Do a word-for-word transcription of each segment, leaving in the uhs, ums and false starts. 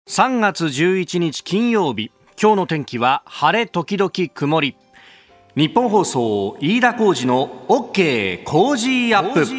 さんがつじゅういちにち金曜日、今日の天気は晴れ時々曇り。日本放送飯田浩司の OK 工事アップ。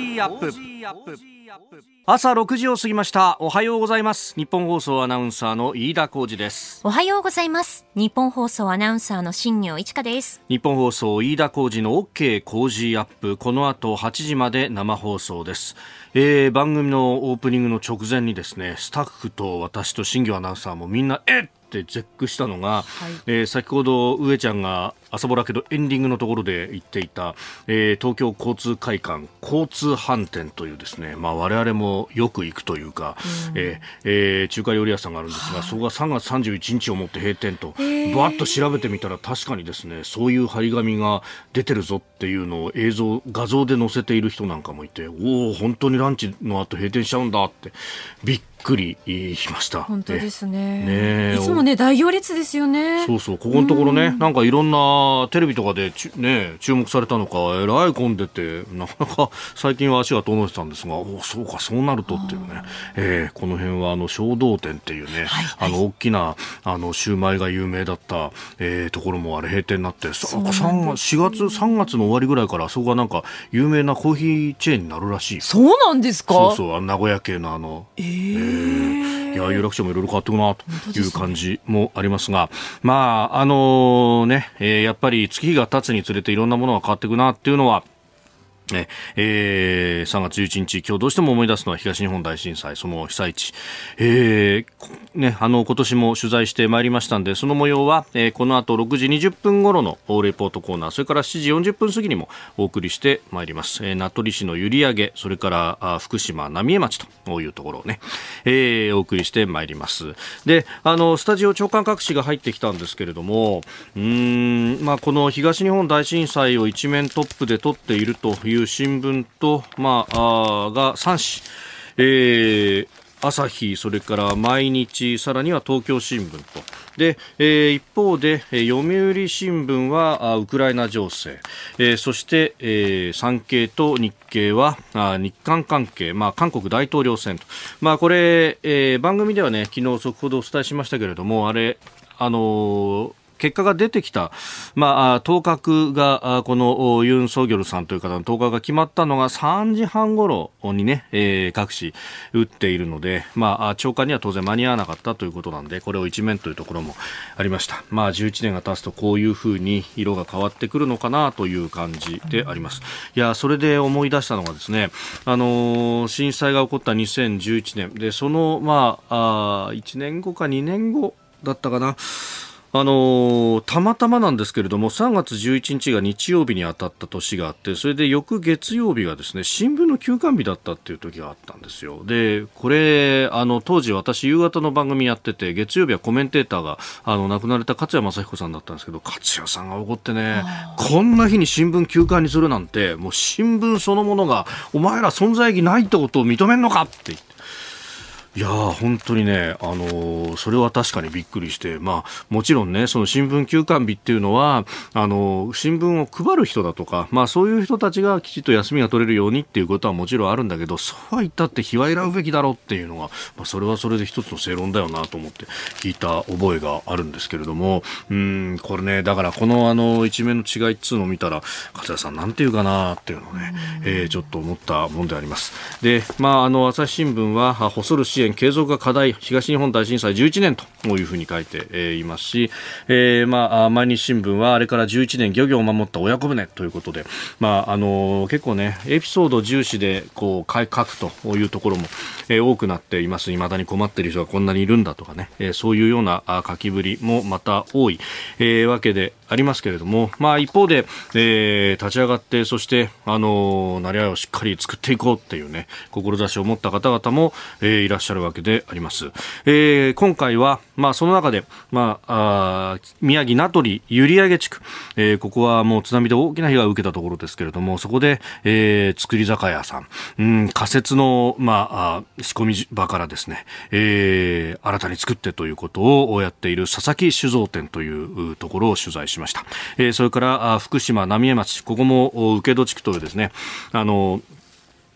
朝ろくじを過ぎました。おはようございます。日本放送アナウンサーの飯田浩司です。 おはようございます。日本放送アナウンサーの新業一華です。 日本放送飯田浩司の OK 工事アップ、この後はちじまで生放送です。えー、番組のオープニングの直前にですね、スタッフと私と新業アナウンサーもみんなえっって絶句したのが、はい、えー、先ほど上ちゃんが朝ぼらけどエンディングのところで言っていた、えー、東京交通会館交通飯店というですね、まあ、我々もよく行くというか、うん、えーえー、中華料理屋さんがあるんですが、はい、そこがさんがつさんじゅういちにちをもって閉店と、バーッと調べてみたら確かにですね、そういう張り紙が出てるぞっていうのを映像画像で載せている人なんかもいて、おお本当にランチの後閉店しちゃうんだってびっくりしました。 本当ですね。ね、いつもね大行列ですよね。 そうそう、ここのところね、うん、なんかいろんなテレビとかでね注目されたのかえらい混んでて、なかなか最近は足が遠のいてたんですが、おそうかそうなるとっていうね、えー、この辺はあの衝動店っていうね、はいはい、あの大きなあのシューマイが有名だった、えー、ところもあれ閉店になって、さんしがつさんがつの終わりぐらいからそこがなんか有名なコーヒーチェーンになるらしい。 そうなんですか。 そうそう、あの名古屋系のあの、 えーえー、いや有楽町もいろいろ変わってくなという感じもありますが、まああのね、えー、やっぱり月日が経つにつれていろんなものが変わっていくなっていうのはねえー、さんがつじゅういちにち、今日どうしても思い出すのは東日本大震災、その被災地、えーね、あの今年も取材してまいりましたんで、その模様は、えー、この後ろくじにじゅっぷん頃のレポートコーナー、それからしちじよんじゅっぷん過ぎにもお送りしてまいります。えー、名取市の閖上、それからあ福島浪江町というところをね、えー、お送りしてまいります。で、あのスタジオ長官各紙が入ってきたんですけれども、うーん、まあ、この東日本大震災を一面トップで取っているという新聞と、まあ、あがさん紙、えー、朝日、それから毎日、さらには東京新聞とで、えー、一方で読売新聞はウクライナ情勢、えー、そして、えー、産経と日経はあ日韓関係、まあ、韓国大統領選と、まあ、これ、えー、番組ではね昨日速報でお伝えしましたけれども、あれあのー結果が出てきた、まあ、当確がこのユン・ソギョルさんという方の当確が決まったのがさんじはん頃にね、えー、各紙打っているので、まあ、朝刊には当然間に合わなかったということなんで、これを一面というところもありました。まあ、じゅういちねんが経つとこういうふうに色が変わってくるのかなという感じであります。いや、それで思い出したのがですね、あのー、震災が起こったにせんじゅういちねんで、その、まあ、あいちねんごかにねんごだったかな、あのー、たまたまなんですけれどもさんがつじゅういちにちが日曜日に当たった年があって、それで翌月曜日がですね新聞の休刊日だったっていう時があったんですよ。でこれあの当時私夕方の番組やってて、月曜日はコメンテーターがあの亡くなられた勝谷正彦さんだったんですけど、勝谷さんが怒ってね、こんな日に新聞休刊にするなんて、もう新聞そのものがお前ら存在意義ないってことを認めんのかって言って、いやー本当にね、あのー、それは確かにびっくりして、まあ、もちろんねその新聞休刊日っていうのはあのー、新聞を配る人だとか、まあ、そういう人たちがきちっと休みが取れるようにっていうことはもちろんあるんだけど、そうは言ったって日は選ぶべきだろうっていうのが、まあ、それはそれで一つの正論だよなと思って聞いた覚えがあるんですけれども、うーんこれねだからこの、あの一面の違いっつうのを見たら勝谷さんなんていうかなっていうのをね、えー、ちょっと思ったもんであります。で、まあ、あの朝日新聞は細る支援継続が課題、東日本大震災じゅういちねんというふうに書いて、えー、いますし、えーまあ、毎日新聞はあれからじゅういちねん漁業を守った親子船ということで、まああのー、結構ねエピソード重視でこう書くというところも、えー、多くなっています。未だに困っている人がこんなにいるんだとかね、えー、そういうような書きぶりもまた多い、えー、わけでありますけれども、まあ、一方で、えー、立ち上がってそして、あのー、成り合いをしっかり作っていこうっていうね志を持った方々も、えー、いらっしゃるわけであります。えー、今回は、まあ、その中で、まあ、あ宮城名取閖上地区、えー、ここはもう津波で大きな被害を受けたところですけれども、そこで、えー、造り酒屋さん、うん、仮設の、まあ、あ仕込み場からですね、えー、新たに作ってということをやっている佐々木酒造店というところを取材しました。えー、それから福島浪江町、ここも請戸地区というですね、あの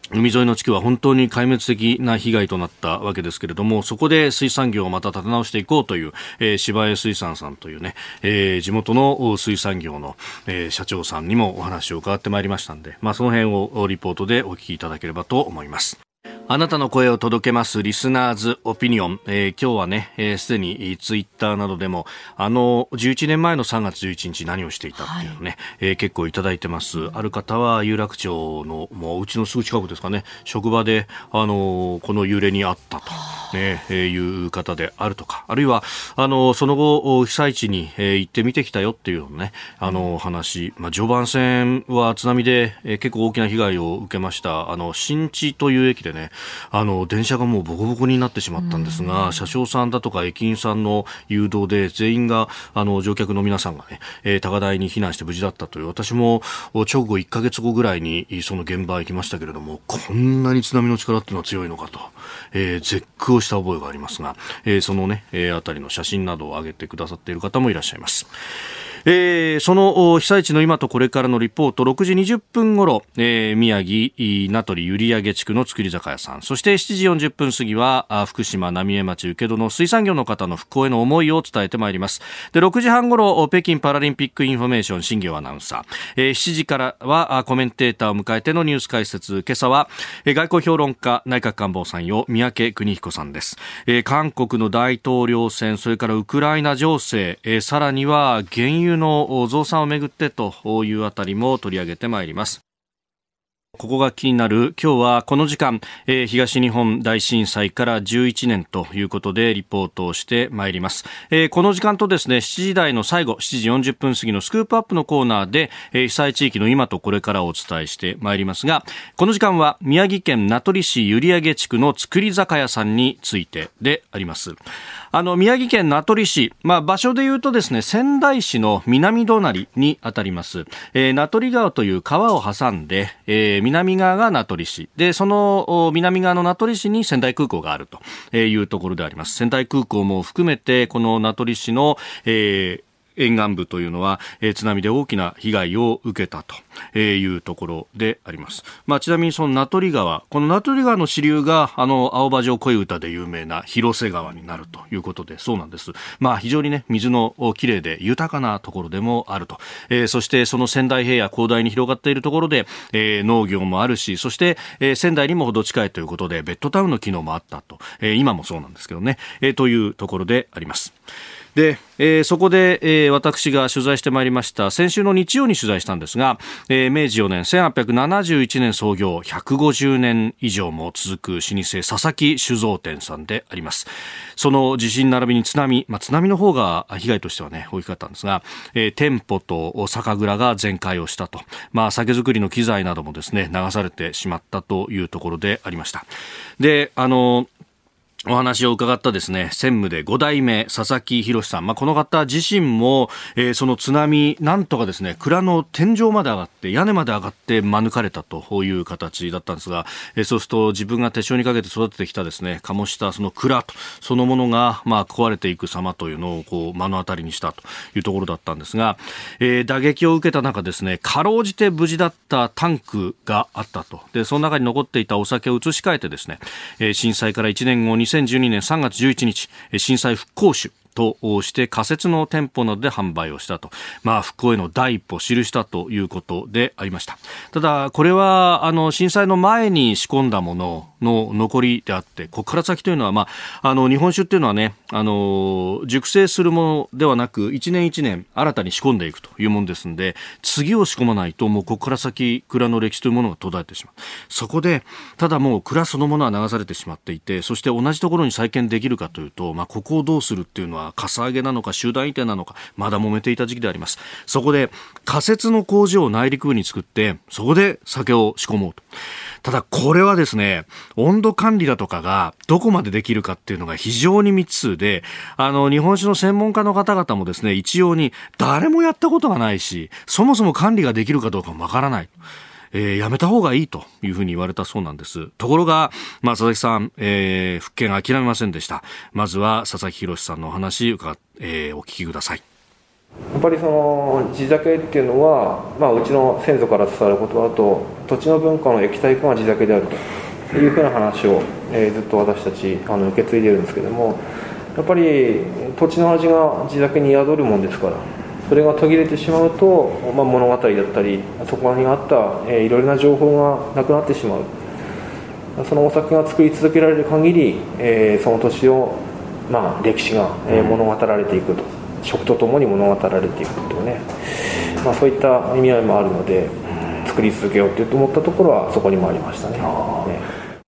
海沿いの地区は本当に壊滅的な被害となったわけですけれども、そこで水産業をまた立て直していこうという、えー、芝江水産さんというね、えー、地元の水産業の、えー、社長さんにもお話を伺ってまいりましたので、まあ、その辺をリポートでお聞きいただければと思います。あなたの声を届けますリスナーズオピニオン、えー、今日はね、す、えー、で、にツイッターなどでもあのじゅういちねんまえのさんがつじゅういちにち何をしていたっていうのね、はい、えー、結構いただいてます。ある方は有楽町のもううちのすぐ近くですかね、職場であのこの揺れにあったと、ね、えー、いう方であるとか、あるいはあのその後被災地に、えー、行ってみてきたよっていうのね、あの話、まあ、常磐線は津波で、えー、結構大きな被害を受けました。あの新地という駅でね、あの電車がもうボコボコになってしまったんですが、車掌さんだとか駅員さんの誘導で全員があの乗客の皆さんがね、えー、高台に避難して無事だったという、私も直後いっかげつごぐらいにその現場へ行きましたけれども、こんなに津波の力っていうのは強いのかと、えー、絶句をした覚えがありますが、えー、そのね、えー、あたりの写真などを上げてくださっている方もいらっしゃいます。えー、その被災地の今とこれからのリポート、ろくじにじゅっぷん頃、えー、宮城名取閖上地区の造り酒屋さん、そしてしちじよんじゅっぷん過ぎは福島浪江町請戸の水産業の方の復興への思いを伝えてまいります。で、ろくじはん頃北京パラリンピックインフォメーション新業アナウンサー、えー、しちじからはコメンテーターを迎えてのニュース解説、今朝は外交評論家内閣官房参与三宅邦彦さんです。えー、韓国の大統領選、それからウクライナ情勢、えー、さらには原油の増産をめぐってというあたりも取り上げてまいります。ここが気になる今日はこの時間、えー、東日本大震災からじゅういちねんということでリポートをしてまいります。えー、この時間とですね、しちじ台の最後しちじよんじゅっぷん過ぎのスクープアップのコーナーで、えー、被災地域の今とこれからお伝えしてまいりますが、この時間は宮城県名取市閖上地区の造り酒屋さんについてであります。あの宮城県名取市、まあ、場所で言うとですね、仙台市の南隣にあたります、えー、名取川という川を挟んで、えー、南側が名取市で、その南側の名取市に仙台空港があるというところであります。仙台空港も含めてこの名取市の、えー沿岸部というのは、えー、津波で大きな被害を受けたというところであります。まあ、ちなみにその名取川、この名取川の支流があの青葉城恋歌で有名な広瀬川になるということで、そうなんです。まあ、非常にね、水のきれいで豊かなところでもあると、えー、そしてその仙台平野広大に広がっているところで、えー、農業もあるし、そして、えー、仙台にもほど近いということでベッドタウンの機能もあったと、えー、今もそうなんですけどね、えー、というところであります。で、えー、そこで、えー、私が取材してまいりました先週の日曜に取材したんですが、えー、めいじよねんせんはっぴゃくななじゅういちねん創業ひゃくごじゅうねん以上も続く老舗佐々木酒造店さんであります。その地震並びに津波、まあ、津波の方が被害としてはね大きかったんですが、えー、店舗と酒蔵が全壊をしたと、まあ、酒造りの機材などもですね流されてしまったというところでありました。で、あのお話を伺ったですね、専務でご代目佐々木博さん、まあ、この方自身も、えー、その津波なんとかですね蔵の天井まで上がって屋根まで上がって免れたという形だったんですが、えー、そうすると自分が手塩にかけて育ててきたですね醸したその蔵とそのものがまあ壊れていく様というのをこう目の当たりにしたというところだったんですが、えー、打撃を受けた中ですね、かろうじて無事だったタンクがあったと。でその中に残っていたお酒を移し替えてですね、えー、震災からいちねんごにせんじゅうにねんさんがつじゅういちにち震災復興酒として仮設の店舗などで販売をしたと、まあ、復興への第一歩を記したということでありました。ただこれはあの震災の前に仕込んだものの残りであって、ここから先というのは、まあ、あの日本酒っていうのはね、あの熟成するものではなく一年一年新たに仕込んでいくというものですので、次を仕込まないともうここから先蔵の歴史というものが途絶えてしまう。そこでただもう蔵そのものは流されてしまっていて、そして同じところに再建できるかというと、まあ、ここをどうするっていうのはかさ上げなのか集団移転なのかまだ揉めていた時期であります。そこで仮設の工場を内陸部に作ってそこで酒を仕込もうと。ただこれはですね、温度管理だとかがどこまでできるかっていうのが非常に未知数で、あの日本酒の専門家の方々もですね一様に誰もやったことがないし、そもそも管理ができるかどうかもわからない、えー、やめた方がいいというふうに言われたそうなんです。ところが、まあ、佐々木さん、えー、復権諦めませんでした。まずは佐々木博さんのお話を、えー、お聞きください。 やっぱりその地酒っていうのは、まあ、うちの先祖から伝わることだと土地の文化の液体化が地酒であるというふうな話を、えー、ずっと私たちあの受け継いでいるんですけども、やっぱり土地の味が地酒に宿るもんですから、それが途切れてしまうと、まあ、物語だったりそこにあった、えー、いろいろな情報がなくなってしまう。そのお酒が作り続けられる限り、えー、その土地を、まあ、歴史が、えー、物語られていくと、食とともに物語られていくというね、まあ、そういった意味合いもあるので、作り続けようと思ったところはそこにもありましたね。ね、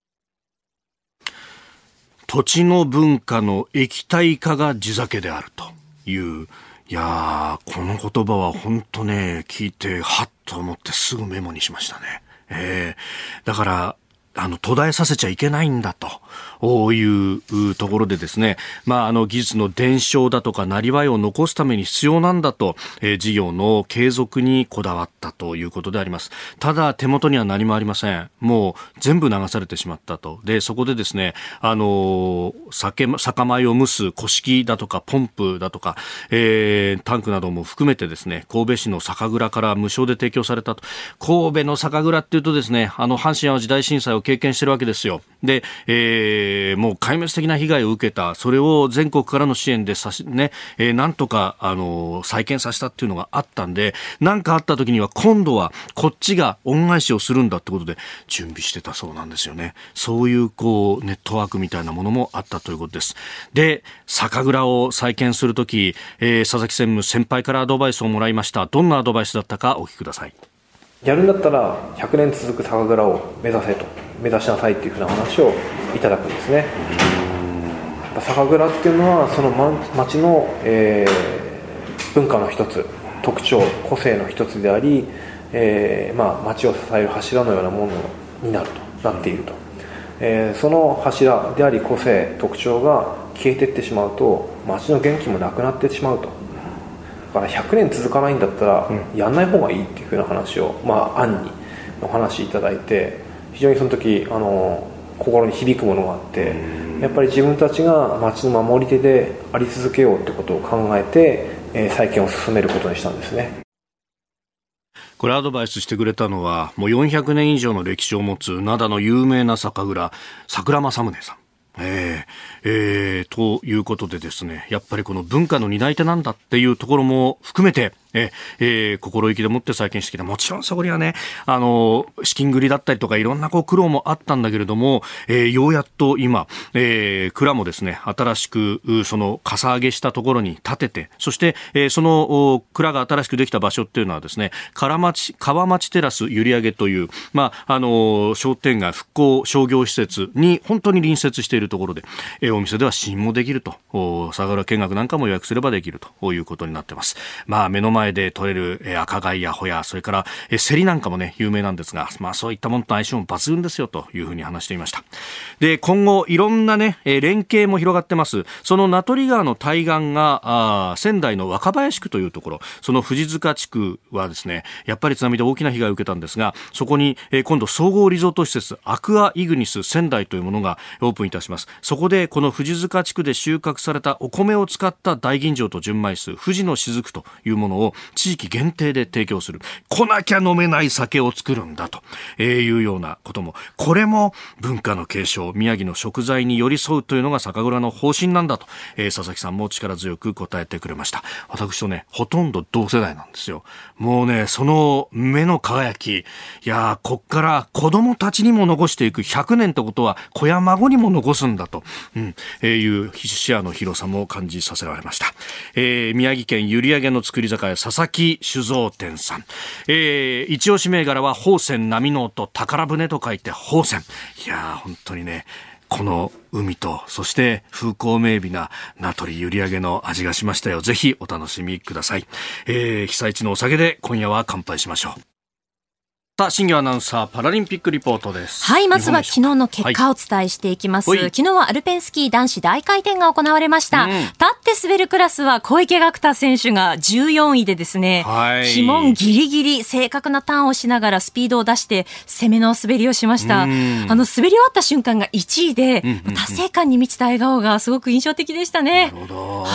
土地の文化の液体化が地酒であるという、いやー、この言葉は本当ね、聞いてはっと思ってすぐメモにしましたね。えー、だからあの途絶えさせちゃいけないんだというところでですね、まあ、あの技術の伝承だとかなりわいを残すために必要なんだと、えー、事業の継続にこだわったということであります。ただ手元には何もありません。もう全部流されてしまったと。でそこでですね、あの酒酒米を蒸す古式だとかポンプだとか、えー、タンクなども含めてですね、神戸市の酒蔵から無償で提供されたと。神戸の酒蔵っていうとですね、あの阪神淡路大震災を経験してるわけですよ。で、えー、もう壊滅的な被害を受けた、それを全国からの支援でさし、ね、えー、なんとか、あのー、再建させたっていうのがあったんで、なんかあった時には今度はこっちが恩返しをするんだってことで準備してたそうなんですよね。そういうこうネットワークみたいなものもあったということです。で、酒蔵を再建するとき、えー、佐々木専務先輩からアドバイスをもらいました。どんなアドバイスだったかお聞きください。 やるんだったらひゃくねん続く酒蔵を目指せと、目指しなさいっていうふうな話をいただくんですね。酒蔵っていうのはその町の、えー、文化の一つ、特徴、個性の一つであり、えーまあ、町を支える柱のようなものになると、なっていると、えー、その柱であり個性、特徴が消えていってしまうと町の元気もなくなってしまうと。だからひゃくねん続かないんだったらやんない方がいいっていうふうな話を、まあ、案にお話しいただいて、非常にその時あの心に響くものがあって、やっぱり自分たちが町の守り手であり続けようってことを考えて、えー、再建を進めることにしたんですね。 これアドバイスしてくれたのはもうよんひゃくねん以上の歴史を持つ灘の有名な酒蔵、桜正宗さん、えーえー、ということでですね、やっぱりこの文化の担い手なんだっていうところも含めてええー、心意気でもって再建してきた。もちろんそこにはね、あの資金繰りだったりとかいろんなこう苦労もあったんだけれども、えー、ようやっと今、えー、蔵もですね新しくそのかさ上げしたところに建てて、そして、えー、その蔵が新しくできた場所っていうのはですね、川町川町テラス閖上という、まああの商店街復興商業施設に本当に隣接しているところで、えー、お店では試飲もできると、酒蔵見学なんかも予約すればできるということになっています。まあ目の前前で取れる、えー、赤貝やホヤ、それから、えー、セリなんかもね有名なんですが、まあそういったものと相性も抜群ですよというふうに話していました。で、今後いろんなね、えー、連携も広がってます。その名取川の対岸があ仙台の若林区というところ、その藤塚地区はですね、やっぱり津波で大きな被害を受けたんですが、そこに、えー、今度総合リゾート施設アクアイグニス仙台というものがオープンいたします。そこでこの藤塚地区で収穫されたお米を使った大吟醸と純米酢富士の雫というものを地域限定で提供する、来なきゃ飲めない酒を作るんだというようなことも、これも文化の継承、宮城の食材に寄り添うというのが酒蔵の方針なんだと、えー、佐々木さんも力強く答えてくれました。私とねほとんど同世代なんですよ。もうねその目の輝き、いやこっから子供たちにも残していく、ひゃくねんってことは子や孫にも残すんだと、うんえー、いう視野の広さも感じさせられました。えー、宮城県閖上の造り酒屋佐々木酒造店さん、えー、一押し銘柄は宝泉波の音、宝船と書いて宝泉。いやー本当にねこの海とそして風光明媚な名取閖上の味がしましたよ。ぜひお楽しみください。えー、被災地のお酒で今夜は乾杯しましょう。新業アナウンサーパラリンピックリポートです。 はい、まずは昨日の結果をお伝えしていきます、はい、昨日はアルペンスキー男子大回転が行われました、うん、立って滑るクラスは小池岳太選手がじゅうよんいでですね、はい、旗門ギリギリ正確なターンをしながらスピードを出して攻めの滑りをしました。あの滑り終わった瞬間がいちいで、うんうんうん、達成感に満ちた笑顔がすごく印象的でしたね。 なるほど、は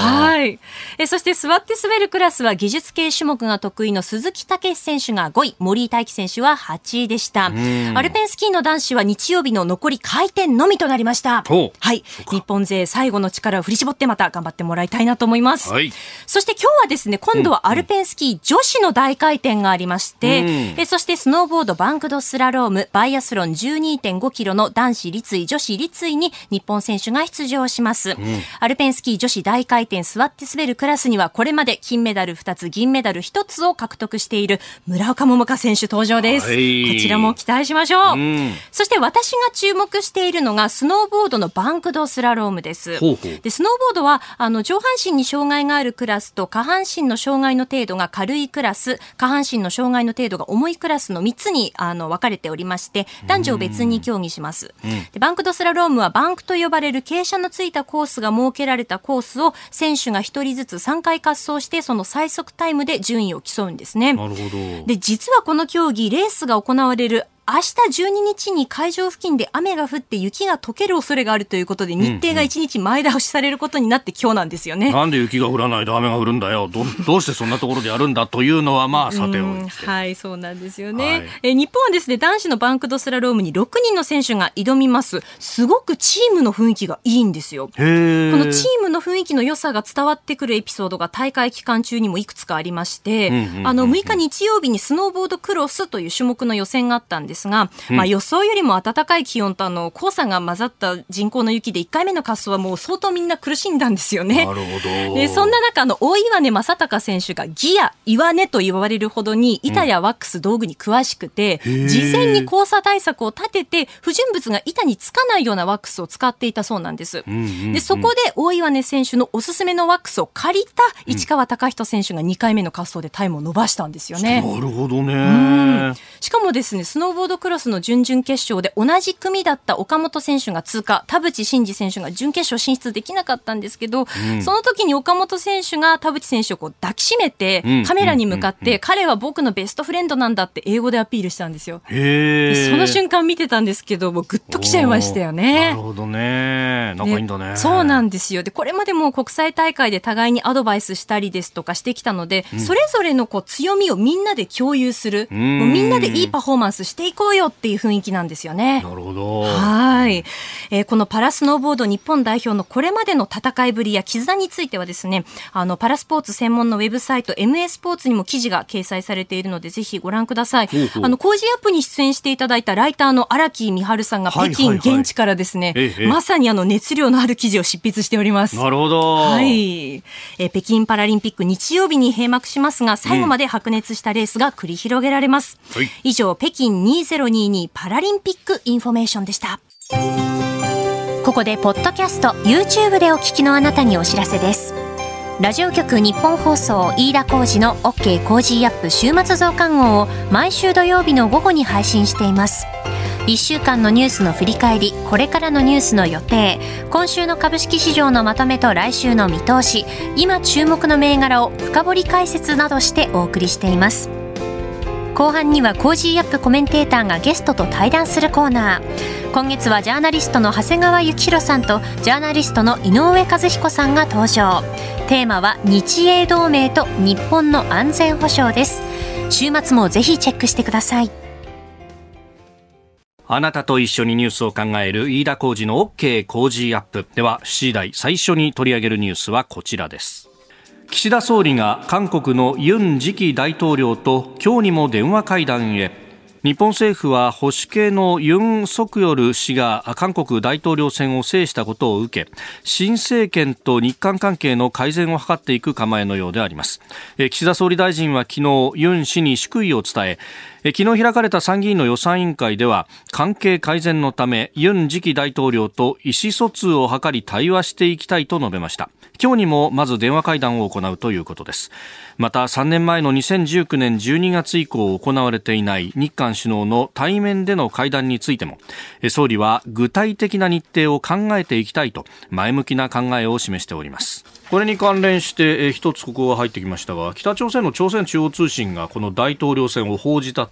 はい。えそして座って滑るクラスは技術系種目が得意の鈴木猛史選手がごい、森井大輝選手ははちいでした。アルペンスキーの男子は日曜日の残り回転のみとなりました。はい。日本勢最後の力を振り絞ってまた頑張ってもらいたいなと思います。はい、そして今日はですね、今度はアルペンスキー女子の大回転がありまして、うん、えそしてスノーボード、バンクドスラローム、バイアスロン じゅうにてんごキロの男子立位、女子立位に日本選手が出場します。うん、アルペンスキー女子大回転座って滑るクラスにはこれまで金メダルふたつ、銀メダルひとつを獲得している村岡桃佳選手登場です。はい、こちらも期待しましょう。うん、そして私が注目しているのがスノーボードのバンクドスラロームです。ほうほうでスノーボードはあの上半身に障害があるクラスと下半身の障害の程度が軽いクラス、下半身の障害の程度が重いクラスのみっつにあの分かれておりまして、男女別に競技します。うん、でバンクドスラロームはバンクと呼ばれる傾斜のついたコースが設けられたコースを選手がひとりずつさんかい滑走して、その最速タイムで順位を競うんですね。なるほど。で実はこの競技レースが行われる明日じゅうににちに会場付近で雨が降って雪が溶ける恐れがあるということで、日程がいちにちまえ倒しされることになって今日なんですよね。 なんで雪が降らないで雨が降るんだよ、 ど, どうしてそんなところでやるんだというのはまあさておいて、 はい、そうなんですよね。はい、え日本はですね、男子のバンクドスラロームにろくにんの選手が挑みます。すごくチームの雰囲気がいいんですよ。へー。このチームの雰囲気の良さが伝わってくるエピソードが大会期間中にもいくつかありまして、うんうんうんうん、あのむいか日曜日にスノーボードクロスという種目の予選があったんですが、うん、まあ予想よりも暖かい気温とあの黄砂が混ざった人工の雪でいっかいめの滑走はもう相当みんな苦しんだんですよね。なるほど。でそんな中の大岩根正隆選手がギア岩根と言われるほどに板やワックス道具に詳しくて、うん、事前に黄砂対策を立てて不純物が板につかないようなワックスを使っていたそうなんです。うんうんうん、でそこで大岩根選手のおすすめのワックスを借りた市川貴仁選手がにかいめの滑走でタイムを伸ばしたんですよね。 なるほどね。うん、 しかもですね、スノーボードクロスの準々決勝で同じ組だった岡本選手が通過、田淵真司選手が準決勝進出できなかったんですけど、うん、その時に岡本選手が田淵選手をこう抱きしめて、うん、カメラに向かって、うん、彼は僕のベストフレンドなんだって英語でアピールしたんですよ。へー。でその瞬間見てたんですけど、もうグッときちゃいましたよね。 なるほどね。仲いいんだね。 そうなんですよ。でこれまでも国際大会で互いにアドバイスしたりですとかしてきたので、うん、それぞれのこう強みをみんなで共有する、もうみんなでいいパフォーマンスしていこうよっていう雰囲気なんですよね。 なるほど。 はい、えー、このパラスノーボード日本代表のこれまでの戦いぶりや絆についてはですね、あのパラスポーツ専門のウェブサイト エムエー スポーツにも記事が掲載されているのでぜひご覧ください。ほうほう。あのコージーアップに出演していただいたライターの荒木美春さんが北京現地からですね、はいはいはい、まさにあの熱量のある記事を執筆しております。 なるほど。 はい、えー、北京パラリンピック日曜日に閉幕しますが、最後まで白熱したレースが繰り広げられます。うん、以上、北京にせんにじゅうにパラリンピックインフォメーションでした。ここでポッドキャスト YouTube でお聞きのあなたにお知らせです。ラジオ局日本放送飯田浩司の OK コージーアップ週末増刊号を毎週土曜日の午後に配信しています。いっしゅうかんのニュースの振り返り、これからのニュースの予定、今週の株式市場のまとめと来週の見通し、今注目の銘柄を深掘り解説などしてお送りしています。後半にはコージーアップコメンテーターがゲストと対談するコーナー。今月はジャーナリストの長谷川幸宏さんとジャーナリストの井上和彦さんが登場。テーマは日英同盟と日本の安全保障です。週末もぜひチェックしてください。 あなたと一緒にニュースを考える飯田浩司の OK コージーアップでは、しちじ台最初に取り上げるニュースはこちらです。岸田総理が韓国のユン次期大統領と今日にも電話会談へ。日本政府は保守系のユン・ソクヨル氏が韓国大統領選を制したことを受け、新政権と日韓関係の改善を図っていく構えのようであります。岸田総理大臣は昨日ユン氏に祝意を伝え、昨日開かれた参議院の予算委員会では、関係改善のためユン次期大統領と意思疎通を図り対話していきたいと述べました。今日にもまず電話会談を行うということです。またさんねんまえのにせんじゅうきゅうねんじゅうにがつ以降行われていない日韓首脳の対面での会談についても、総理は具体的な日程を考えていきたいと前向きな考えを示しております。これに関連して一つここが入ってきましたが、北朝鮮の朝鮮中央通信がこの大統領選を報じた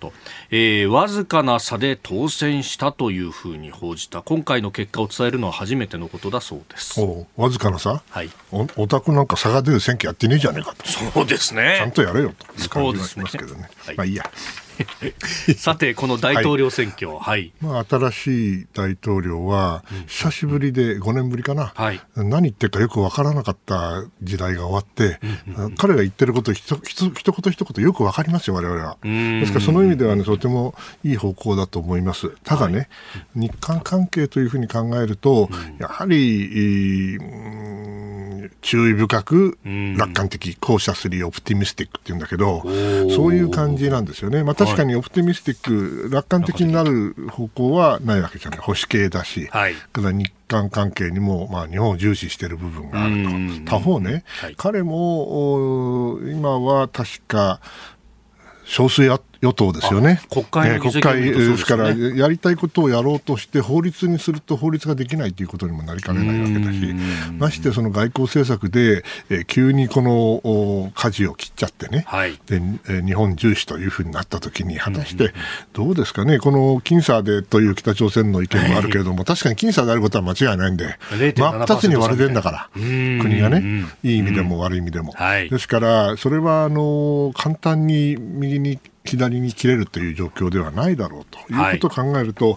と、えー、わずかな差で当選したというふうに報じた。今回の結果を伝えるのは初めてのことだそうです。 おわずかな差、 はい、 おオタクなんか差が出る選挙やってねえじゃねえかと。 そうですね、 ちゃんとやれよという感じがしますけどね。はい、まあいいやさてこの大統領選挙、はいはい、 まあ、新しい大統領は久しぶりでごねんぶりかな、はい、何言ってるかよく分からなかった時代が終わって、うんうん、彼が言ってることひとひと一言一言よく分かりますよ我々は。ですからその意味では、ね、とてもいい方向だと思います。ただね、はい、日韓関係というふうに考えると、うん、やはり、注意深く楽観的、コーシャスリーオプティミスティックって言うんだけど、そういう感じなんですよね。まあ、確かにオプティミスティック、楽観的になる方向はないわけじゃない。保守系だし、はい、から日韓関係にも、まあ、日本を重視している部分があると。他方ね、はい、彼も今は確か少数や与党ですよね。 国会の議席を見るとそうですね。 ですからやりたいことをやろうとして法律にすると法律ができないということにもなりかねないわけだし、ましてその外交政策で、えー、急にこの舵を切っちゃってね、はい、で、えー、日本重視というふうになったときに果たしてどうですかね。この僅差でという北朝鮮の意見もあるけれども、確かに僅差であることは間違いないんで、真っ二つに割れてんだから国がね、いい意味でも悪い意味でも、はい、ですからそれはあの簡単に右に左に切れるという状況ではないだろうということを考えると、はい、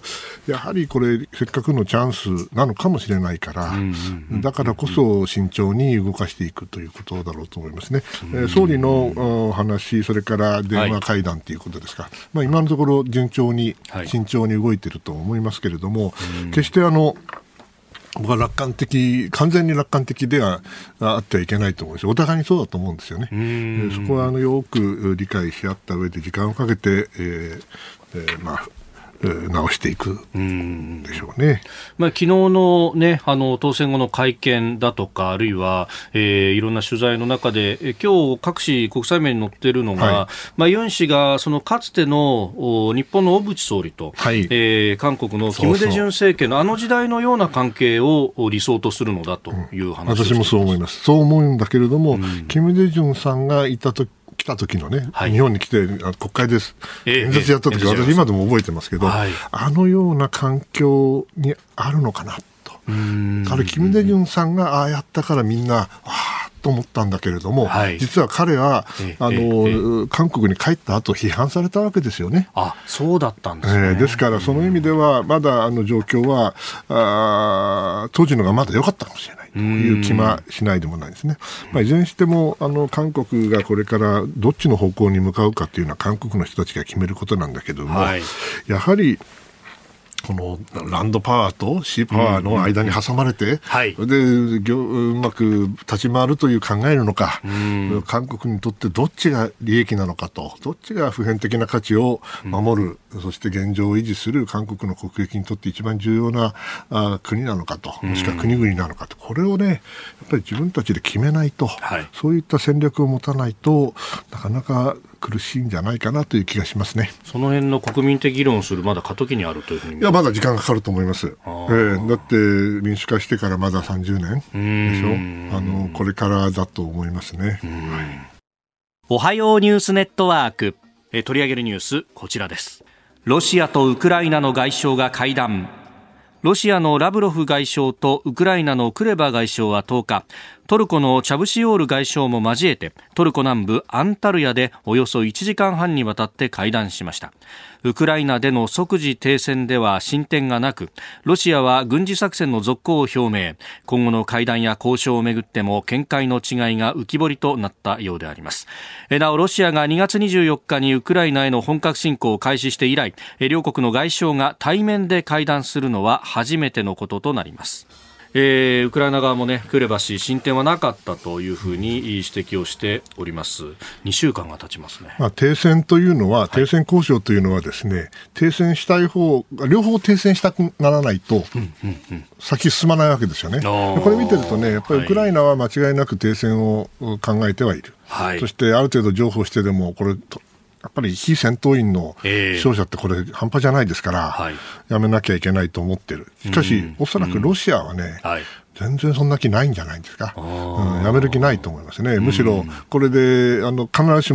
やはりこれせっかくのチャンスなのかもしれないから、うんうんうん、だからこそ慎重に動かしていくということだろうと思いますね。うんうん、総理の話、それから電話会談ということですが、はい、まあ、今のところ順調に慎重に動いていると思いますけれども、はい、決してあの僕は楽観的、完全に楽観的ではあってはいけないと思うんですよ。お互いにそうだと思うんですよね。そこはあのよく理解し合った上で時間をかけて、えーえー、まあ直していくでしょうね。 まあ、昨日のね、あの当選後の会見だとか、あるいは、えー、いろんな取材の中で、え今日各紙国際面に載っているのが、はい、まあ、ユン氏がそのかつての日本の小渕総理と、はい、えー、韓国の金大中政権のあの時代のような関係を理想とするのだという話を、 うん、私もそう思います。そう思うんだけれども、うん、金大中さんがいたとき来た時のね、はい、日本に来て国会で演説やった時、えー、私今でも覚えてますけど、はい、あのような環境にあるのかなと。彼キム・デジュンさんがああやったからみんなああと思ったんだけれども、はい、実は彼は、えー、あの、えー、韓国に帰った後批判されたわけですよね。 あ、そうだったんですね。えー、ですからその意味ではまだあの状況はあ当時のがまだ良かったかもしれないという気はしないでもないですね。まあ、いずれにしてもあの韓国がこれからどっちの方向に向かうかというのは韓国の人たちが決めることなんだけども、はい、やはりこのランドパワーとシーパワーの間に挟まれて、うんうんはい、でうまく立ち回るという考えるのか、うん、韓国にとってどっちが利益なのかと、どっちが普遍的な価値を守る、うん、そして現状を維持する韓国の国益にとって一番重要なあ国なのかと、もしくは国々なのかと、これをねやっぱり自分たちで決めないと、はい、そういった戦略を持たないとなかなか苦しいんじゃないかなという気がしますね。 その辺の国民的議論をするまだ過渡期にあるというふうに。 いやまだ時間かかると思います。えー、だって民主化してからまださんじゅうねんでしょ。あのこれからだと思いますね。はい、 おはようニュースネットワーク、え取り上げるニュースこちらです。ロシアとウクライナの外相が会談。ロシアのラブロフ外相とウクライナのクレバ外相はとおか、トルコのチャブシオール外相も交えてトルコ南部アンタルヤでおよそいちじかんはんにわたって会談しました。ウクライナでの即時停戦では進展がなく、ロシアは軍事作戦の続行を表明。今後の会談や交渉をめぐっても見解の違いが浮き彫りとなったようであります。なおロシアがにがつにじゅうよっかにウクライナへの本格侵攻を開始して以来、両国の外相が対面で会談するのは初めてのこととなります。えー、ウクライナ側もね、クレバ氏進展はなかったというふうに指摘をしております。にしゅうかんが経ちますね。 まあ、停戦というのは、はい、停戦交渉というのはですね、停戦したい方両方停戦したくならないと、うんうんうん、先進まないわけですよね。これ見てるとね、やっぱりウクライナは間違いなく停戦を考えてはいる、はい、そしてある程度譲歩してでもこれやっぱり非戦闘員の死傷者ってこれ半端じゃないですから、はい、やめなきゃいけないと思ってる。しかし、うん、おそらくロシアはね、うんはい、全然そんな気ないんじゃないですか。うん、やめる気ないと思いますね。むしろこれであの必ずしも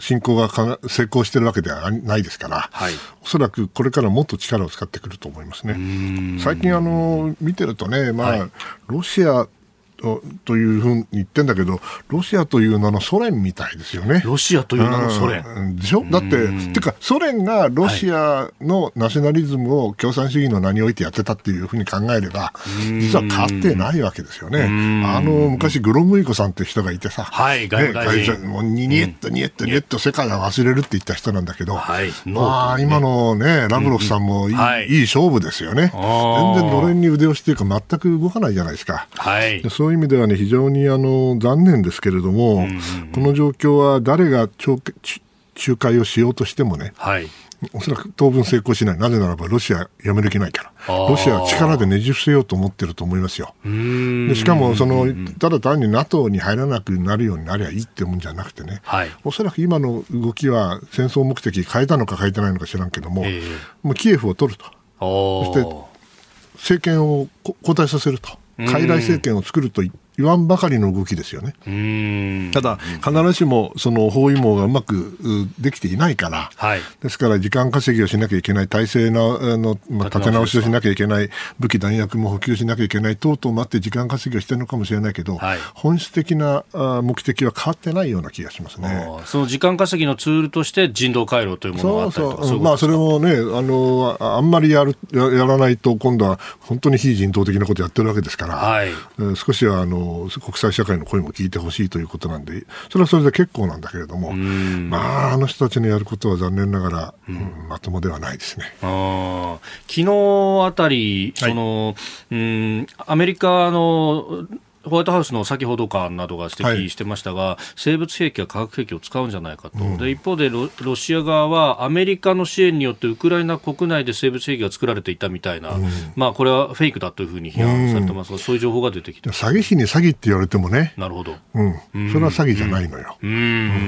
侵攻が成功しているわけではないですから、はい、おそらくこれからもっと力を使ってくると思いますね。最近あの見てるとね、まあはい、ロシアというふうに言ってんだけど、ロシアという名のソ連みたいですよね。 ロシアという名のソ連、 うん、でしょ。だっててかソ連がロシアのナショナリズムを共産主義の名においてやってたっていうふうに考えれば、実は変わってないわけですよね。あの昔グロムイコさんって人がいてさ、 はい、外務大臣、 ね、もうニエッとニエッとニエッと世界は忘れるって言った人なんだけど、はい、まあ、今のねラブロフさんもいい、はい、いい勝負ですよね。全然のれんに腕押しというか全く動かないじゃないですか。はい、でそういう意味ではね、非常にあの残念ですけれども、うんうんうん、この状況は誰が仲介をしようとしてもね、はい、おそらく当分成功しない。なぜならばロシアやめる気ないから、ロシアは力でねじ伏せようと思ってると思いますよ。でしかもそのただ単に ナトー に入らなくなるようになりゃいいってもんじゃなくてね、はい、おそらく今の動きは戦争目的変えたのか変えてないのか知らんけども、えー、もうキエフを取ると、そして政権を交代させると、傀儡政権を作ると言わんばかりの動きですよね。うーん、ただ必ずしもその包囲網がうまくできていないから、はい、ですから時間稼ぎをしなきゃいけない、体制の、あの、まあ、立て直しをしなきゃいけない、武器弾薬も補給しなきゃいけない等々待って時間稼ぎをしているのかもしれないけど、はい、本質的な目的は変わってないような気がしますね。 その時間稼ぎのツールとして人道回廊というものがあったりとか、そうそう、 まあ、それもね、あのあんまりやる や, やらないと今度は本当に非人道的なことをやってるわけですから、はい、少しはあの国際社会の声も聞いてほしいということなんで、それはそれで結構なんだけれども、まあ、あの人たちのやることは残念ながら、うんうん、まともではないですね。 あ、昨日あたり、その、はい、うん、アメリカのホワイトハウスの先ほど官などが指摘してましたが、はい、生物兵器や化学兵器を使うんじゃないかと、うん、で一方で ロ, ロシア側はアメリカの支援によってウクライナ国内で生物兵器が作られていたみたいな、うん、まあ、これはフェイクだというふうに批判されてますが、うん、そういう情報が出てきて、 詐欺師に詐欺って言われてもね、 なるほど、 うん、それは詐欺じゃないのよ。 うんうんうん、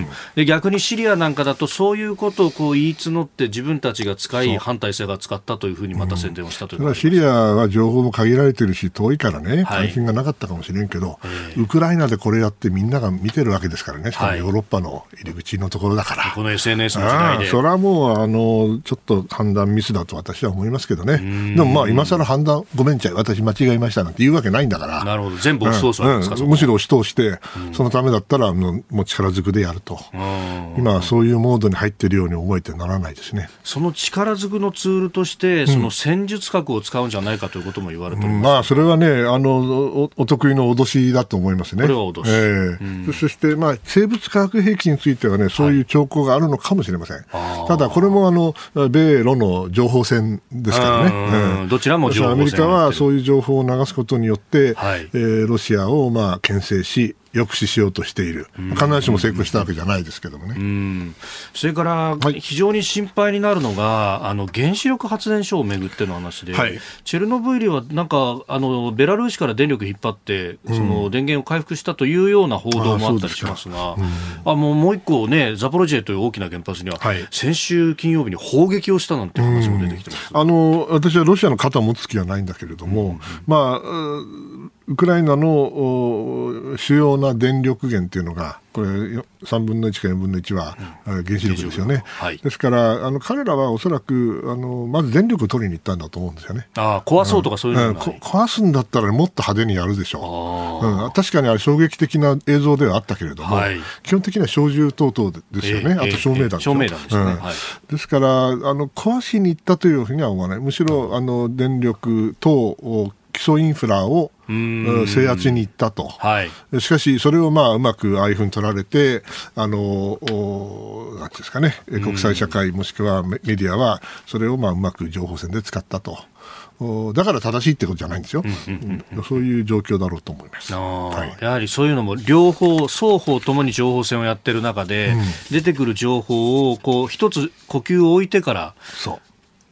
で逆にシリアなんかだとそういうことをこう言い募って自分たちが使い反体制が使ったというふうにまた宣伝をしたという、うん、 それはシリアは情報も限られてるし遠いからね、関心がなかったかもしれんけど、はい、ウクライナでこれやってみんなが見てるわけですからね、しかもヨーロッパの入り口のところだから、はい、 この エスエヌエス の時代で、 ああ、それはもうあのちょっと判断ミスだと私は思いますけどね。でもまあ今更判断ごめんちゃい私間違えましたなんて言うわけないんだから。 なるほど、全部押し通すわけですか、 うんうん、むしろ押し通して、そのためだったらもう力ずくでやると、今はそういうモードに入っているように思えてならないですね。 その力ずくのツールとしてその戦術核を使うんじゃないかということも言われております、 うん、まあ、それはね、あの お, お得意の脅しだと思いますね。 これは脅し、えーうん、そして、まあ、生物化学兵器についてはね、そういう兆候があるのかもしれません、はい、ただこれもあの米ロの情報戦ですからね、 うん、どちらも情報戦、 アメリカはそういう情報を流すことによって、はい、えー、ロシアをまあ牽制し抑止しようとしている、必ずしも成功したわけじゃないですけどもね。 うん、それから非常に心配になるのが、はい、あの原子力発電所をめぐっての話で、はい、チェルノブイリはなんかあのベラルーシから電力引っ張ってその電源を回復したというような報道もあったりしますが、うん、あもうもう一個ね、ザポロジエという大きな原発には、はい、先週金曜日に砲撃をしたなんていう話も出てきてます、 うん、あの私はロシアの肩を持つ気はないんだけれども、うんうん、まあウクライナの主要な電力源というのがこれさんぶんのいちかよんぶんのいちは原子力ですよね、はい、ですからあの彼らはおそらくあのまず電力を取りに行ったんだと思うんですよね。 あ壊そうとかそういうの、うん、 壊すんだったらもっと派手にやるでしょう、うん、確かにあれ衝撃的な映像ではあったけれども、はい、基本的には小銃等々ですよね、えー、あと照明弾でしょ、 照明弾ですね、うん、はい、 ですからあの壊しに行ったというふうには思わない。むしろあの電力等を基礎インフラを制圧に行ったと、はい、しかしそれをまあうまくああいうふうに取られてあのなんていうんですかね、国際社会もしくはメディアはそれをまあうまく情報戦で使ったと。だから正しいってことじゃないんですよ、うんうんうん、そういう状況だろうと思います。あ、 はい、やはりそういうのも両方双方ともに情報戦をやってる中で、うん、出てくる情報をこう一つ呼吸を置いてからそう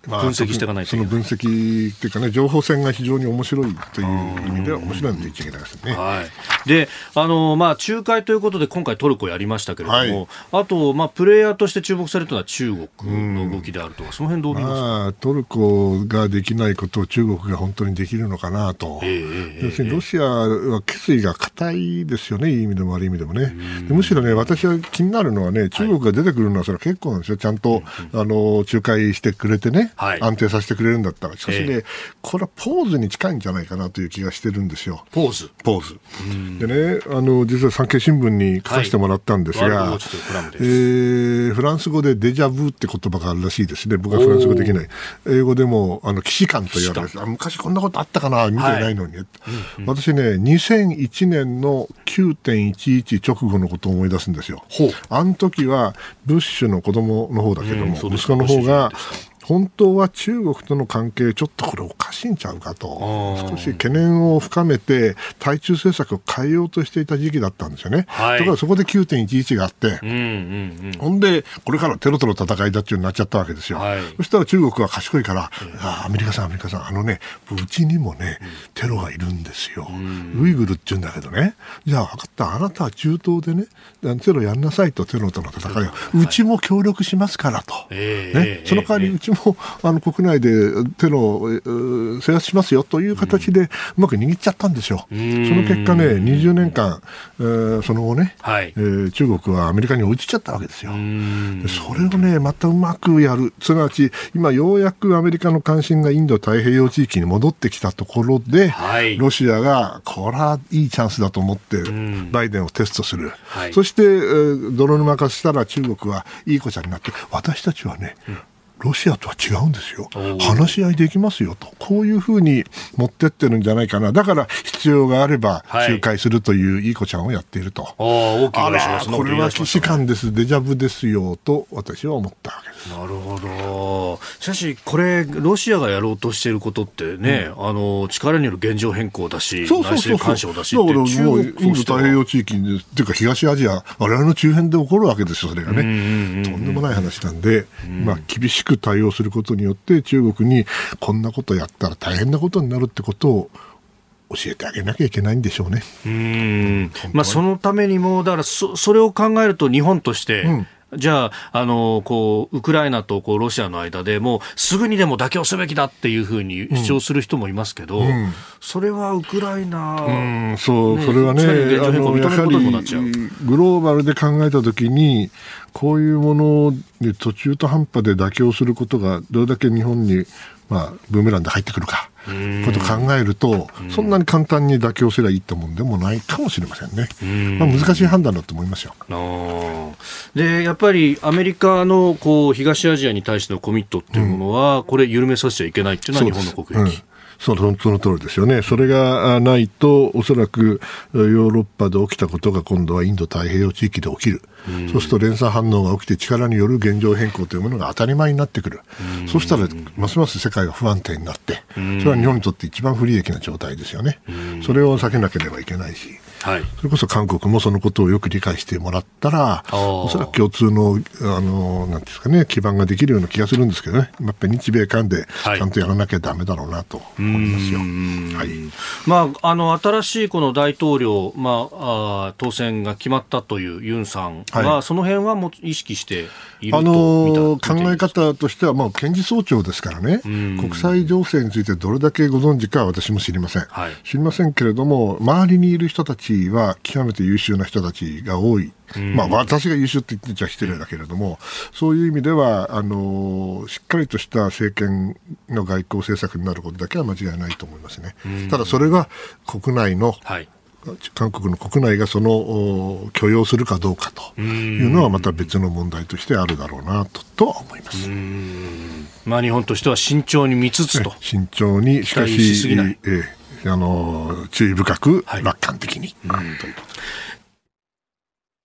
分析していかないといけない、 その分析っていうかね、情報戦が非常に面白いという意味では面白いのと言っちゃいけないですね。 はい、であの、まあ、仲介ということで今回トルコやりましたけれども、はい、あと、まあ、プレイヤーとして注目されたのは中国の動きであるとか、その辺どう見ますか。 まあ、トルコができないことを中国が本当にできるのかなと、えー、要するにロシアは決意が固いですよね、いい意味でも悪い意味でもね。むしろね、私は気になるのはね、中国が出てくるのはそれは結構なんですよ、ちゃんと、うん、あの仲介してくれてね、はい、安定させてくれるんだったら。しかしね、えー、これはポーズに近いんじゃないかなという気がしてるんですよ。 ポーズポーズでね、あの実は産経新聞に書かせてもらったんですが、はい、えー、フランス語でデジャブって言葉があるらしいですね。僕はフランス語できない。英語でもあの既視感と言われる。あ、昔こんなことあったかな、見てないのに、はい、うんうん、私ね、にせんいちねんの きゅうてんいちいち 直後のことを思い出すんですよ。あの時はブッシュの子供の方だけども、うん、息子の方が本当は中国との関係ちょっとこれおかしいんちゃうかと少し懸念を深めて対中政策を変えようとしていた時期だったんですよね、はい、ところがそこで きゅうてんいちいち があって、うんうんうん、ほんでこれからテロとの戦いだっていうようになっちゃったわけですよ、はい、そしたら中国は賢いから、うん、あアメリカさんアメリカさんあのねうちにもね、うん、テロがいるんですよ、うん、ウイグルって言うんだけどね、じゃあ分かった、あなたは中東でねテロやんなさいと、テロとの戦いを、はい、うちも協力しますからと、えーね、その代わりうちもあの国内でテロを制圧しますよという形でうまく握っちゃったんですよ。その結果ね、にじゅうねんかん、えー、その後ね、はい、えー、中国はアメリカに追いついちゃったわけですよ。でそれをねまたうまくやる、すなわち今ようやくアメリカの関心がインド太平洋地域に戻ってきたところで、はい、ロシアがこれはいいチャンスだと思ってバイデンをテストする、はい、そして、えー、泥沼化したら中国はいい子ちゃんになって、私たちはね、うん、ロシアとは違うんですよ、話し合いできますよと、こういうふうに持ってってるんじゃないかな、だから必要があれば仲介するといういい子ちゃんをやっていると、はい、あらこれは既視感です、デジャブですよと私は思ったわけです。 なるほど。しかしこれロシアがやろうとしていることってね、うん、あの力による現状変更だし、 そうそうそうそう、 干渉だしって、だからもうインド太平洋地域にっていうか東アジア、我々の周辺で起こるわけですよ、それがね、うんうんうん、とんでもない話なんで、うん、まあ厳しく対応することによって中国にこんなことやったら大変なことになるってことを教えてあげなきゃいけないんでしょうね。 うーん、まあ、そのためにもだから そ, それを考えると日本として、うん、じゃあ、あのこうウクライナとこうロシアの間でもうすぐにでも妥協すべきだっていうふうに主張する人もいますけど、うん、それはウクライナ、 うん、そう、ね、それはね、あのやはりグローバルで考えたときにこういうものに途中途半端で妥協することがどれだけ日本に、まあ、ブーメランで入ってくるかことを考えると、そんなに簡単に妥協すればいいってもんでもないかもしれませんね。まあ、難しい判断だと思いますよ。 あでやっぱりアメリカのこう東アジアに対してのコミットっていうものは、うん、これ緩めさせちゃいけないっていうのは日本の国益。 その、その通りですよね。それがないとおそらくヨーロッパで起きたことが今度はインド太平洋地域で起きる、うん、そうすると連鎖反応が起きて力による現状変更というものが当たり前になってくる、うん、そうしたらますます世界が不安定になって、うん、それは日本にとって一番不利益な状態ですよね、うん、それを避けなければいけないし、はい、それこそ韓国もそのことをよく理解してもらったらおそらく共通の、あのなんですかね、基盤ができるような気がするんですけどね。やっぱり日米韓でちゃんとやらなきゃダメだろうなと思いますよ、はい、 まあ、あの新しいこの大統領、まあ、あ当選が決まったというユンさんは、はい、その辺はも意識していると、あのー、考え方としては、まあ、検事総長ですからね、国際情勢についてどれだけご存知かは私も知りません、はい、知りませんけれども周りにいる人たちは極めて優秀な人たちが多い、まあ、私が優秀って言ってちゃ失礼だけれども、そういう意味ではあのしっかりとした政権の外交政策になることだけは間違いないと思いますね。ただそれが国内の、はい、韓国の国内がその許容するかどうかというのはまた別の問題としてあるだろうな と, とは思います。うーん、まあ、日本としては慎重に見つつと、 慎重にしかししええ、あの注意深く楽観的に、はい、うん、ということ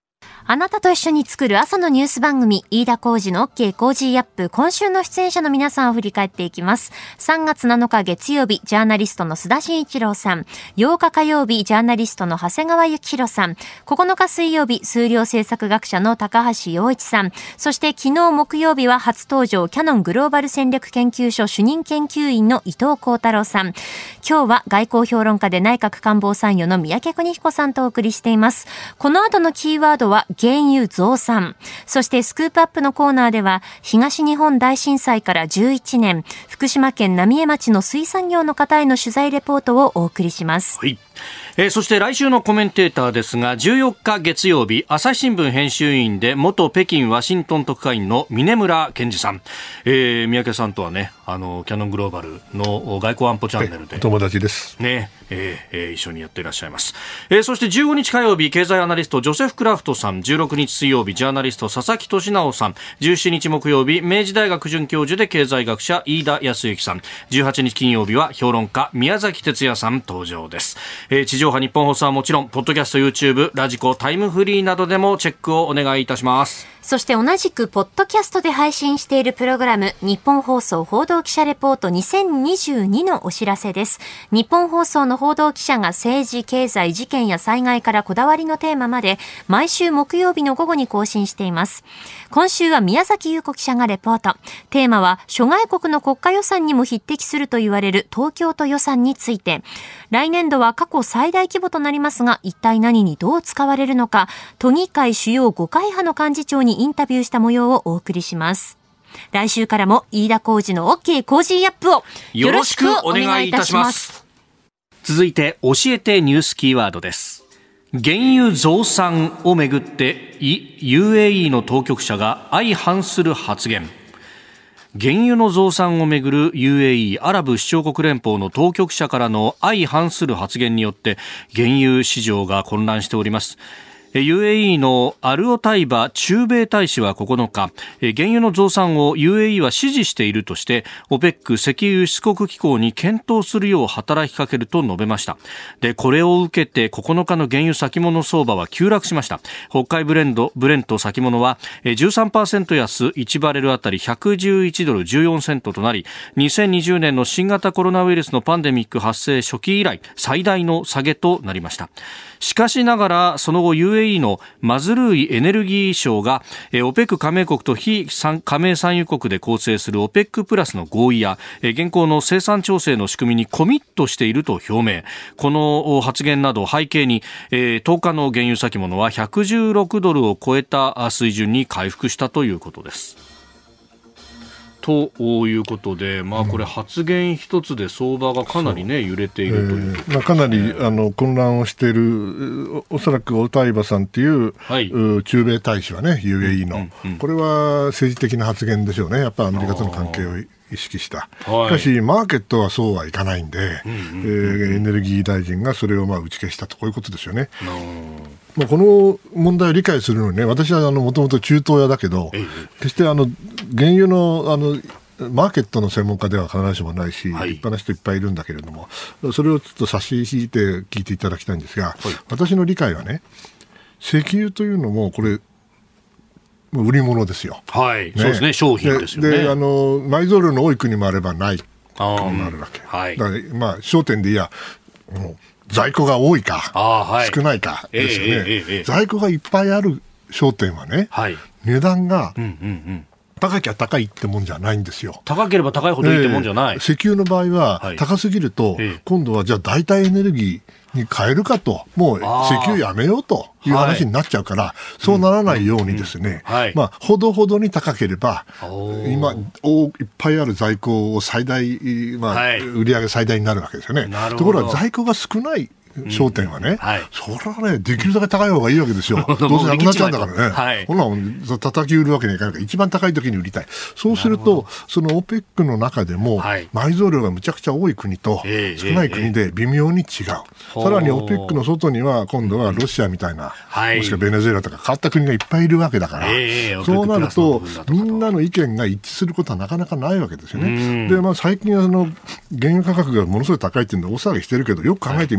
あなたと一緒に作る朝のニュース番組、飯田浩司の OK コージーアップ。今週の出演者の皆さんを振り返っていきます。さんがつなのか月曜日、ジャーナリストの須田慎一郎さん。ようか火曜日、ジャーナリストの長谷川幸宏さん。ここのか水曜日、数量政策学者の高橋洋一さん。そして昨日木曜日は初登場、キヤノングローバル戦略研究所主任研究員の伊藤幸太郎さん。今日は外交評論家で内閣官房参与の三宅邦彦さんとお送りしています。この後のキーワードは原油増産。そしてスクープアップのコーナーでは東日本大震災からじゅういちねん、福島県浪江町の水産業の方への取材レポートをお送りします。 はい。えー、そして来週のコメンテーターですが、じゅうよっか月曜日、朝日新聞編集員で元北京ワシントン特派員の峯村健二さん。えー、三宅さんとはね、あのキヤノングローバルの外交安保チャンネルで友達ですね、えーえー、一緒にやっていらっしゃいます。えー、そしてじゅうごにち火曜日、経済アナリストジョセフ・クラフトさん。じゅうろくにち水曜日、ジャーナリスト佐々木俊直さん。じゅうしちにち木曜日、明治大学准教授で経済学者飯田康之さん。じゅうはちにち金曜日は評論家宮崎哲也さん登場です。えー、地上波日本放送はもちろんポッドキャスト、 YouTube、 ラジコ、タイムフリーなどでもチェックをお願いいたします。 そして同じくポッドキャストで配信しているプログラム、日本放送報道記者レポートにせんにじゅうにのお知らせです。日本放送の報道記者が政治、経済、事件や災害からこだわりのテーマまで毎週木曜日の午後に更新しています。今週は宮崎優子記者がレポート。テーマは諸外国の国家予算にも匹敵すると言われる東京都予算について。来年度は過去最大規模となりますが、一体何にどう使われるのか、都議会主要ごかい派の幹事長にインタビューした模様をお送りします。来週からも飯田浩司の OK コージーアップをよろしくお願いいたします。 続いて教えてニュースキーワードです。原油増産をめぐってユーエーイー の当局者が相反する発言。原油の増産をめぐる ユーエーイー アラブ首長国連邦の当局者からの相反する発言によって原油市場が混乱しております。ユーエーイー のアルオタイバ駐米大使はここのか、原油の増産を ユーエーイー は支持しているとして オペック 石油輸出国機構に検討するよう働きかけると述べました。で、これを受けてここのかの原油先物相場は急落しました。北海ブレンドブレント先物は じゅうさんパーセント 安いちバレルあたりひゃくじゅういちドルじゅうよんセントとなり、にせんにじゅうねんの新型コロナウイルスのパンデミック発生初期以来最大の下げとなりました。しかしながらその後 ユーエーイー のマズルーイエネルギー省が オペック 加盟国と非加盟産油国で構成する オペック プラスの合意や現行の生産調整の仕組みにコミットしていると表明。この発言などを背景にとおかの原油先物はひゃくじゅうろくドルを超えた水準に回復したということです。ということで、まあ、これ発言一つで相場がかなり、ね、揺れているという、 えーまあ、かなりあの混乱をしている。おそらくオタイバさんという、はい、駐米大使はね ユーエーイー の、うんうんうん、これは政治的な発言でしょうね。やっぱりアメリカとの関係を意識した。しかしマーケットはそうはいかないんで、うんうんうんえー、エネルギー大臣がそれをまあ打ち消したとこういうことですよね。まあ、この問題を理解するのにね、私はもともと中東屋だけど、ええ、決してあの原油のあのマーケットの専門家では必ずしもないし、はい、立派な人いっぱいいるんだけれども、それをちょっと差し引いて聞いていただきたいんですが、はい、私の理解はね、石油というのもこれ売り物ですよ。 はい、ね、そうですね、商品ですよね。 で、であの埋蔵量の多い国もあればない国もあるわけ。はい、だからまあ焦点でいやもう在庫が多いか、はい、少ないかですよね、えーえーえー、在庫がいっぱいある商店はね、はい、値段が高きゃ高いってもんじゃないんですよ。 高ければ高いほどいいってもんじゃない、 えー、石油の場合は、はい、高すぎると、えー、今度はじゃあ代替エネルギーに変えるかと、もう石油やめようという話になっちゃうから、はい、そうならないようにですね、まあ、ほどほどに高ければ今おいっぱいある在庫を最大、まあはい、売上最大になるわけですよね。ところが在庫が少ない商店はね、うんはい、それはねできるだけ高い方がいいわけですよ。どうせなくなっちゃうんだからね、はい、ほら叩き売るわけにはいかないから一番高い時に売りたい。そうするとその オペック の中でも、はい、埋蔵量がむちゃくちゃ多い国と少ない国で微妙に違う、えーえー、さらに オペック の外には今度はロシアみたいな、はい、もしくはベネズエラとか変わった国がいっぱいいるわけだから、えー、そうなるとみんなの意見が一致することはなかなかないわけですよね。で、まあ、最近あの原油価格がものすごい高いっていうので大騒ぎしてるけど、よく考えてみたら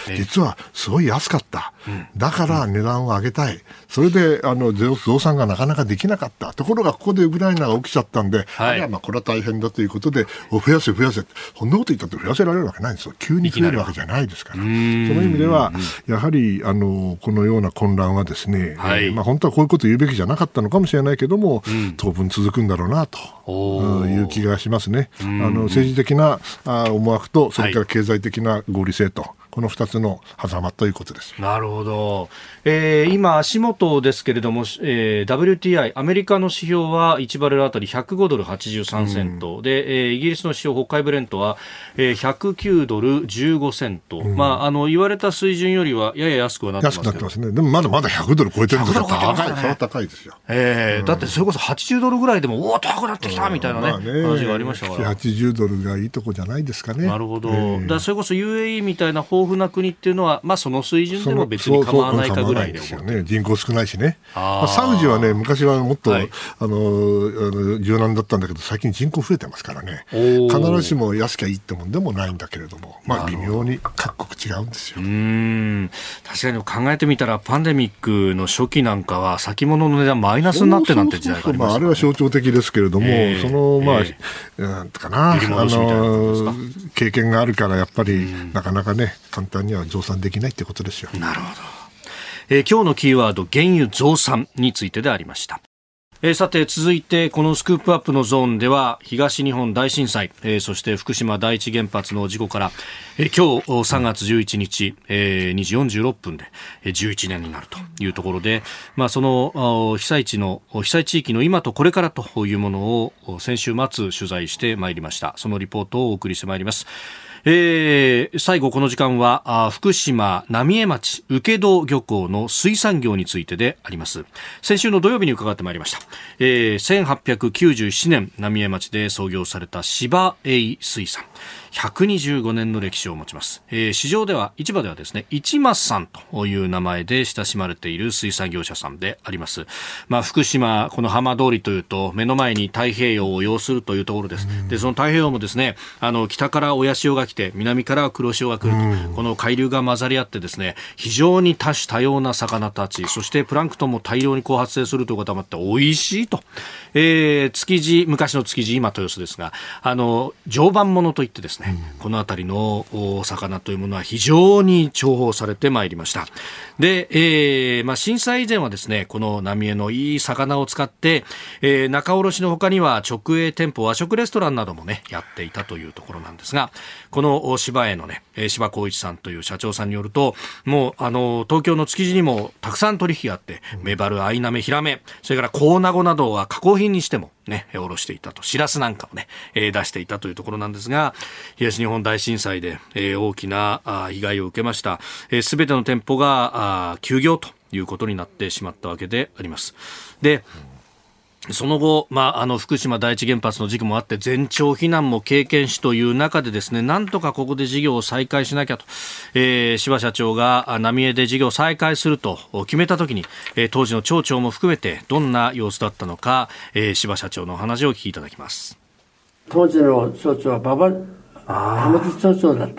実はすごい安かった。だから値段を上げたい。それであの増産がなかなかできなかった。ところがここでウクライナが起きちゃったんで、はい、あるいはまあこれは大変だということで増やせ増やせ。そんなこと言ったって増やせられるわけないんですよ。急に増えるわけじゃないですから。その意味ではやはりあのこのような混乱はですね、はい、まあ本当はこういうことを言うべきじゃなかったのかもしれないけども、うん、当分続くんだろうなという気がしますね。あの政治的な思惑とそれから経済的な合理性と、はい、このふたつの狭間ということです。 なるほど、えー、今足元ですけれども、えー、ダブリューティーアイ アメリカの指標はいちバレルあたりひゃくごドルはちじゅうさんセント、うん、で、えー、イギリスの指標北海ブレントは、えー、ひゃくきゅうドルじゅうごセント、うん、まあ、あの言われた水準よりはやや安くはなってますけど、 安くなってますね。でもまだまだひゃくドル超えてるんですよ。高い、それは高いですよ、 えーうん、だってそれこそはちじゅうドルぐらいでもおお高くなってきたみたいな、ね、うんまあ、ね話がありましたから、 はちじゅうドルがいいとこじゃないですかね。 なるほど、えー、だからそれこそ ユーエーイー みたいな豊富な国っていうのは、まあ、その水準でも別に構わないかぐらいで思って、 ね、人口少ないしね。あ、まあ、サウジはね昔はもっと、はい、あのあの柔軟だったんだけど最近人口増えてますからね。必ずしも安きゃいいってもんでもないんだけれども、まあ、微妙に各国違うんですよ。 うーん、確かに考えてみたらパンデミックの初期なんかは先物の値段マイナスになってなんて時代がありましたね。 まあ、あれは象徴的ですけれども、えー、そのまあ、えー、なんかな、あの経験があるからやっぱりなかなかね簡単には増産できないってことですよ。 なるほど、えー、今日のキーワード原油増産についてでありました。えー、さて続いてこのスクープアップのゾーンでは東日本大震災、えー、そして福島第一原発の事故から、えー、今日さんがつじゅういちにち、えー、にじよんじゅうろっぷんでじゅういちねんになるというところで、まあ、その被災地の被災地域の今とこれからというものを先週末取材してまいりました。そのリポートをお送りしてまいります。えー、最後この時間は福島浪江町請戸漁港の水産業についてであります。先週の土曜日に伺ってまいりました。えー、せんはっぴゃくきゅうじゅうななねん浪江町で創業された芝栄水産、ひゃくにじゅうごねんの歴史を持ちます。えー、市場では市場ではですね市松さんという名前で親しまれている水産業者さんであります。まあ、福島この浜通りというと目の前に太平洋を要するというところです。でその太平洋もですねあの北から親潮が来て南からは黒潮が来ると、この海流が混ざり合ってですね非常に多種多様な魚たち、そしてプランクトンも大量にこう発生するということもあって美味しいと、えー、築地昔の築地今豊洲ですがあの常磐ものといってですね、うん、このあたりのお魚というものは非常に重宝されてまいりました。で、えーまあ、震災以前はですねこの浪江のいい魚を使って、えー、仲卸の他には直営店舗和食レストランなどもねやっていたというところなんですが、この芝栄のね芝光一さんという社長さんによると、もうあの東京の築地にもたくさん取引があって、メバル、アイナメ、ヒラメ、それからコウナゴなどは加工品にしてもね卸していたと、シラスなんかをね、えー、出していたというところなんですが、東日本大震災で、えー、大きなあ被害を受けました。えー、全ての店舗があ休業ということになってしまったわけであります。でその後、まあ、あの福島第一原発の事故もあって全町避難も経験しという中でですねなんとかここで事業を再開しなきゃと、えー、柴社長が浪江で事業を再開すると決めたときに、えー、当時の町長も含めてどんな様子だったのか、えー、柴社長のお話をお聞きいただきます。 当時の町長は馬場浜津町長だったんです、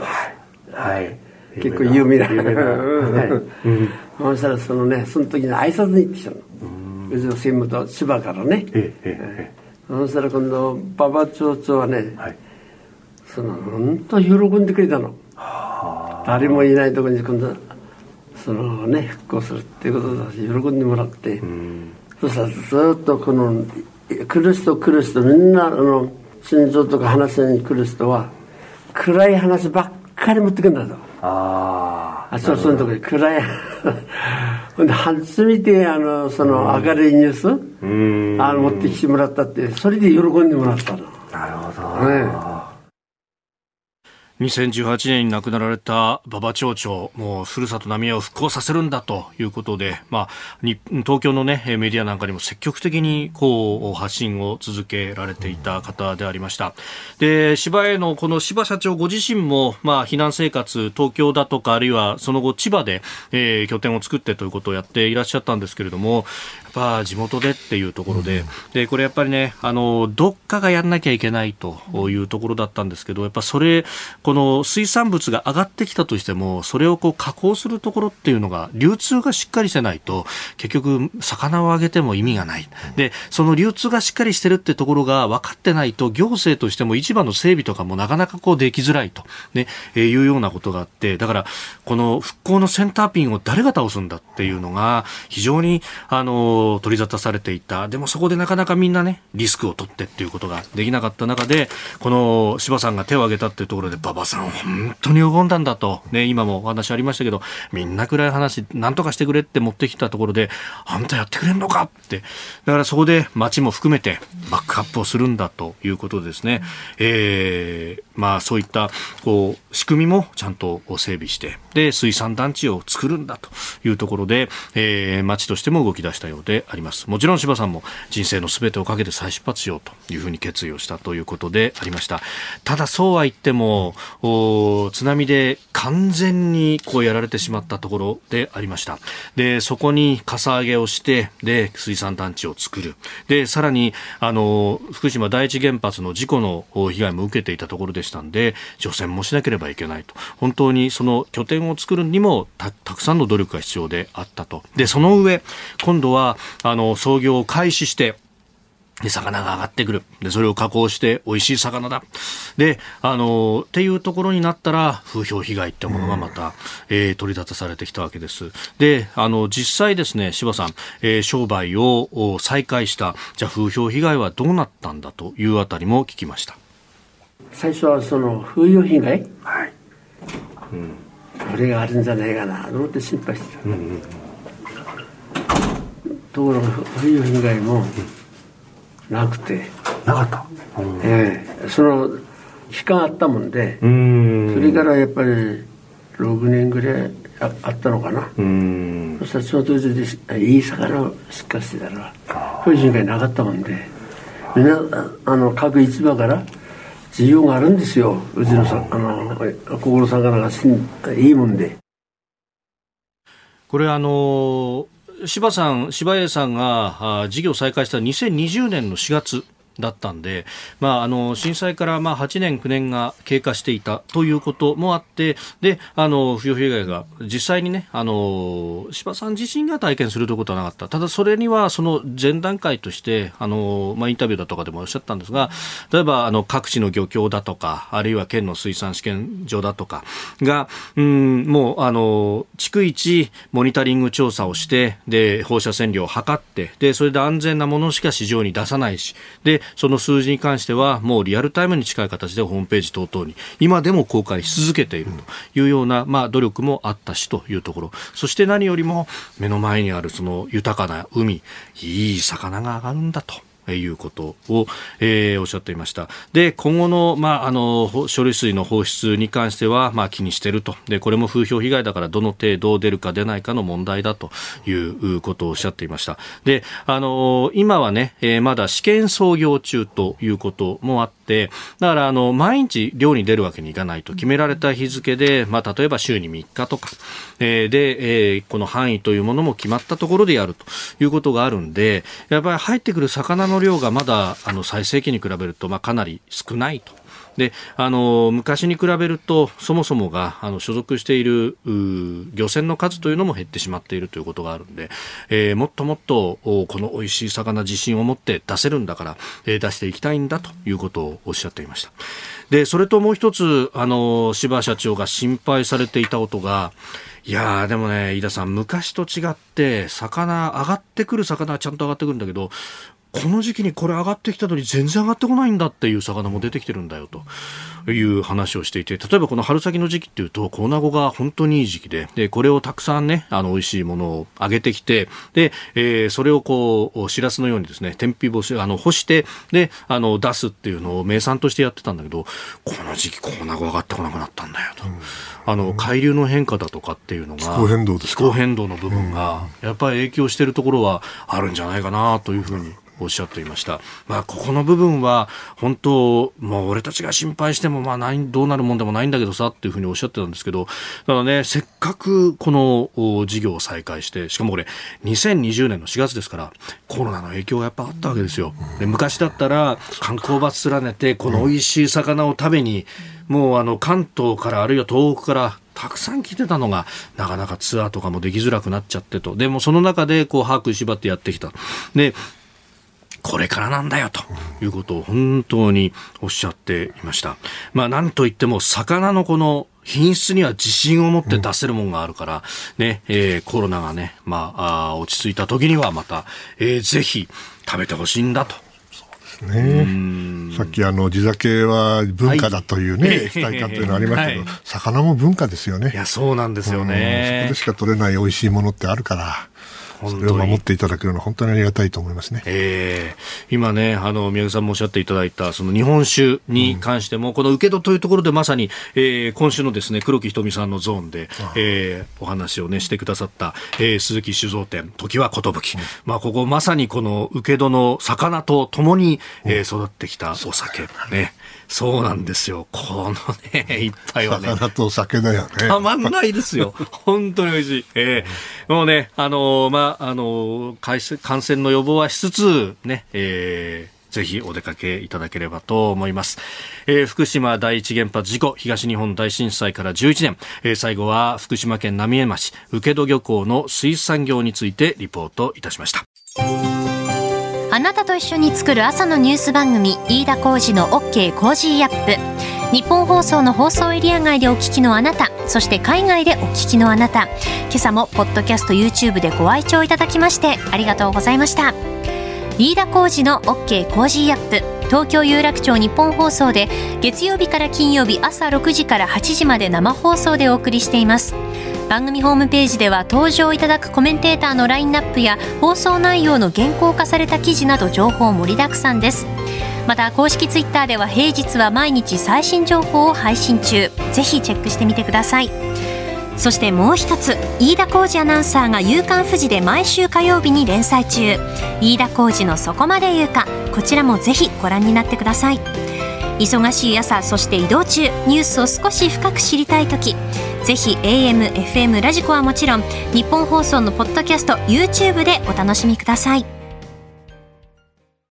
はい、結構有名な有名な、はいうん、そしたらそのねその時に挨拶に行ってきたの、うちの専務と千葉からね、ええええ、そしたら今度馬場町長はね、はい、その本当喜んでくれたの。誰もいないところに今度そのね復興するっていうことだし喜んでもらって、うん、そしたらずっとこの来る人来る人みんなあの心情とか話しに来る人は暗い話ばっかり持ってくんだと。ああ、そうそういうところで暗いほんで初めてあのその明るいニュース、うん、あの持ってきてもらったって、それで喜んでもらったの。 なるほど、ね、にせんじゅうはちねんに亡くなられた馬場町長、もうふるさと浪江を復興させるんだということで、まあ、に東京の、ね、メディアなんかにも積極的にこう発信を続けられていた方でありました。で、芝へのこの柴社長ご自身も、まあ、避難生活東京だとかあるいはその後千葉で、えー、拠点を作ってということをやっていらっしゃったんですけれども、やっぱ地元でっていうところで、うん、でこれやっぱりね、あのどっかがやんなきゃいけないというところだったんですけど、やっぱそれこの水産物が上がってきたとしても、それをこう加工するところっていうのが流通がしっかりしてないと、結局魚をあげても意味がない。でその流通がしっかりしてるってところが分かってないと、行政としても市場の整備とかもなかなかこうできづらいと、ねえー、いうようなことがあって、だからこの復興のセンターピンを誰が倒すんだっていうのが非常にあの取り沙汰されていた。でもそこでなかなかみんなねリスクを取ってっていうことができなかった中で、この柴さんが手を挙げたっていうところで、馬場さん本当に喜んだんだと、ね、今もお話ありましたけど、みんな暗い話なんとかしてくれって持ってきたところで、あんたやってくれんのかって、だからそこで町も含めてバックアップをするんだということですね、えーまあ、そういったこう仕組みもちゃんと整備して、で水産団地を作るんだというところで、えー、町としても動き出したようであります。もちろん柴さんも人生のすべてをかけて再出発しようというふうに決意をしたということでありました。ただそうは言っても津波で完全にこうやられてしまったところでありました。でそこにかさ上げをして、で水産団地を作る、でさらにあの福島第一原発の事故の被害も受けていたところでしたんで、除染もしなければいけないと、本当にその拠点を作るにも た, たくさんの努力が必要であったと。でその上今度はあの操業を開始して、で魚が上がってくる、でそれを加工して美味しい魚だ、であのっていうところになったら風評被害ってものがまた、うんえー、取り立たされてきたわけです。であの実際ですね、柴さん、えー、商売を再開した、じゃあ風評被害はどうなったんだというあたりも聞きました。 最初はその風評被害、はいうん、これがあるんじゃないかなと思って心配してた、うんうん、ところが風評被害もなくて、 なかった、 うんえー、その期間あったもんで、うんそれからやっぱりろくねんぐらい あ, あったのかな。うんそしたらその当時でいい魚を出荷してたら風評被害なかったもんで、みんなあの各市場から需要があるんですよ。うちのさあのここの魚がいいもんで。 これあの柴さん柴栄さんが事業再開したにせんにじゅうねんのしがつだったんで、まあ、あの震災からまあはちねんきゅうねんが経過していたということもあって、であの風評被害が実際にね、あの柴さん自身が体験するということはなかった。ただそれにはその前段階としてあの、まあ、インタビューだとかでもおっしゃったんですが、例えばあの各地の漁協だとか、あるいは県の水産試験場だとかがうんもうあの逐一モニタリング調査をして、で放射線量を測って、でそれで安全なものしか市場に出さないし、でその数字に関してはもうリアルタイムに近い形でホームページ等々に今でも公開し続けているというような、まあ、努力もあったしというところ、そして何よりも目の前にあるその豊かな海、いい魚が上がるんだということを、えー、おっしゃっていました。で今後の、まあ、あの処理水の放出に関しては、まあ、気にしていると。でこれも風評被害だからどの程度出るか出ないかの問題だということをおっしゃっていました。であの今はね、えー、まだ試験操業中ということもあって、だからあの毎日漁に出るわけにいかないと、決められた日付で、まあ、例えば週にみっかとか、えー、で、えー、この範囲というものも決まったところでやるということがあるんで、やっぱり入ってくる魚の量がまだあの最盛期に比べると、まあ、かなり少ないと。であの昔に比べるとそもそもがあの所属している漁船の数というのも減ってしまっているということがあるので、えー、もっともっとこの美味しい魚自信を持って出せるんだから、えー、出していきたいんだということをおっしゃっていました。でそれともう一つあの柴社長が心配されていたことが、いやーでもね飯田さん、昔と違って魚上がってくる魚はちゃんと上がってくるんだけど、この時期にこれ上がってきたのに全然上がってこないんだっていう魚も出てきてるんだよという話をしていて、例えばこの春先の時期っていうとコナゴが本当にいい時期で、でこれをたくさんねあの美味しいものを揚げてきて、で、えー、それをこうしらすのようにですね天日干しあの干してであの出すっていうのを名産としてやってたんだけど、この時期コナゴ上がってこなくなったんだよと、うん、あの海流の変化だとかっていうのが気候変動ですか、 気候変動の部分がやっぱり影響しているところはあるんじゃないかなというふうにおっしゃっていました。まあ、ここの部分は本当、もう俺たちが心配してもまあないどうなるもんでもないんだけどさっていうふうにおっしゃってたんですけど、ただね、せっかくこの事業を再開して、しかもこれにせんにじゅうねんのしがつですからコロナの影響がやっぱあったわけですよ。で、昔だったら観光バス連ねてこの美味しい魚を食べに、もうあの関東からあるいは東北からたくさん来てたのがなかなかツアーとかもできづらくなっちゃってと。でもその中でこう歯食いしばってやってきた。で、これからなんだよということを本当におっしゃっていました。まあなんといっても魚のこの品質には自信を持って出せるものがあるから、ね、えー、コロナがね、まあ、あ落ち着いた時にはまた、えー、ぜひ食べてほしいんだと。 ね、さっきあの地酒は文化だというね、はい、期待感というのがありましたけど、はい、魚も文化ですよね。 いや、そうなんですよね。 そこでしか取れない美味しいものってあるから、それを守っていただけるのは本当にありがたいと思いますね。 えー、今ね、あの宮口さんもおっしゃっていただいたその日本酒に関しても、うん、この請戸というところでまさに、えー、今週のですね黒木瞳さんのゾーンで、えー、お話をねしてくださった、えー、鈴木酒造店時は寿、うん、まあここまさにこの請戸の魚とともに、えー、育ってきたお酒ね。そうなんですよ。このね、一杯はね。 魚とお酒だよね。 たまんないですよ。本当に美味しい。えー、もうね、あのー、まあ、あのー、感染の予防はしつつ、ね、えー、ぜひお出かけいただければと思います。えー、福島第一原発事故、東日本大震災からじゅういちねん、えー、最後は福島県浪江町請戸漁港の水産業についてリポートいたしました。 あなたと一緒に作る朝のニュース番組、飯田浩司の OK コージーアップ。日本放送の放送エリア外でお聞きのあなた、そして海外でお聞きのあなた、今朝もポッドキャスト YouTube でご愛聴いただきましてありがとうございました。飯田浩司の OK コージーアップ、東京有楽町日本放送で月曜日から金曜日朝ろくじからはちじまで生放送でお送りしています。番組ホームページでは登場いただくコメンテーターのラインナップや放送内容の原稿化された記事など情報盛りだくさんです。また公式ツイッターでは平日は毎日最新情報を配信中、ぜひチェックしてみてください。そしてもう一つ、飯田浩司アナウンサーが夕刊フジで毎週火曜日に連載中、飯田浩司のそこまで言うか、こちらもぜひご覧になってください。忙しい朝、そして移動中、ニュースを少し深く知りたいとき、ぜひ エーエム、エフエム ラジコはもちろん日本放送のポッドキャスト YouTube でお楽しみください。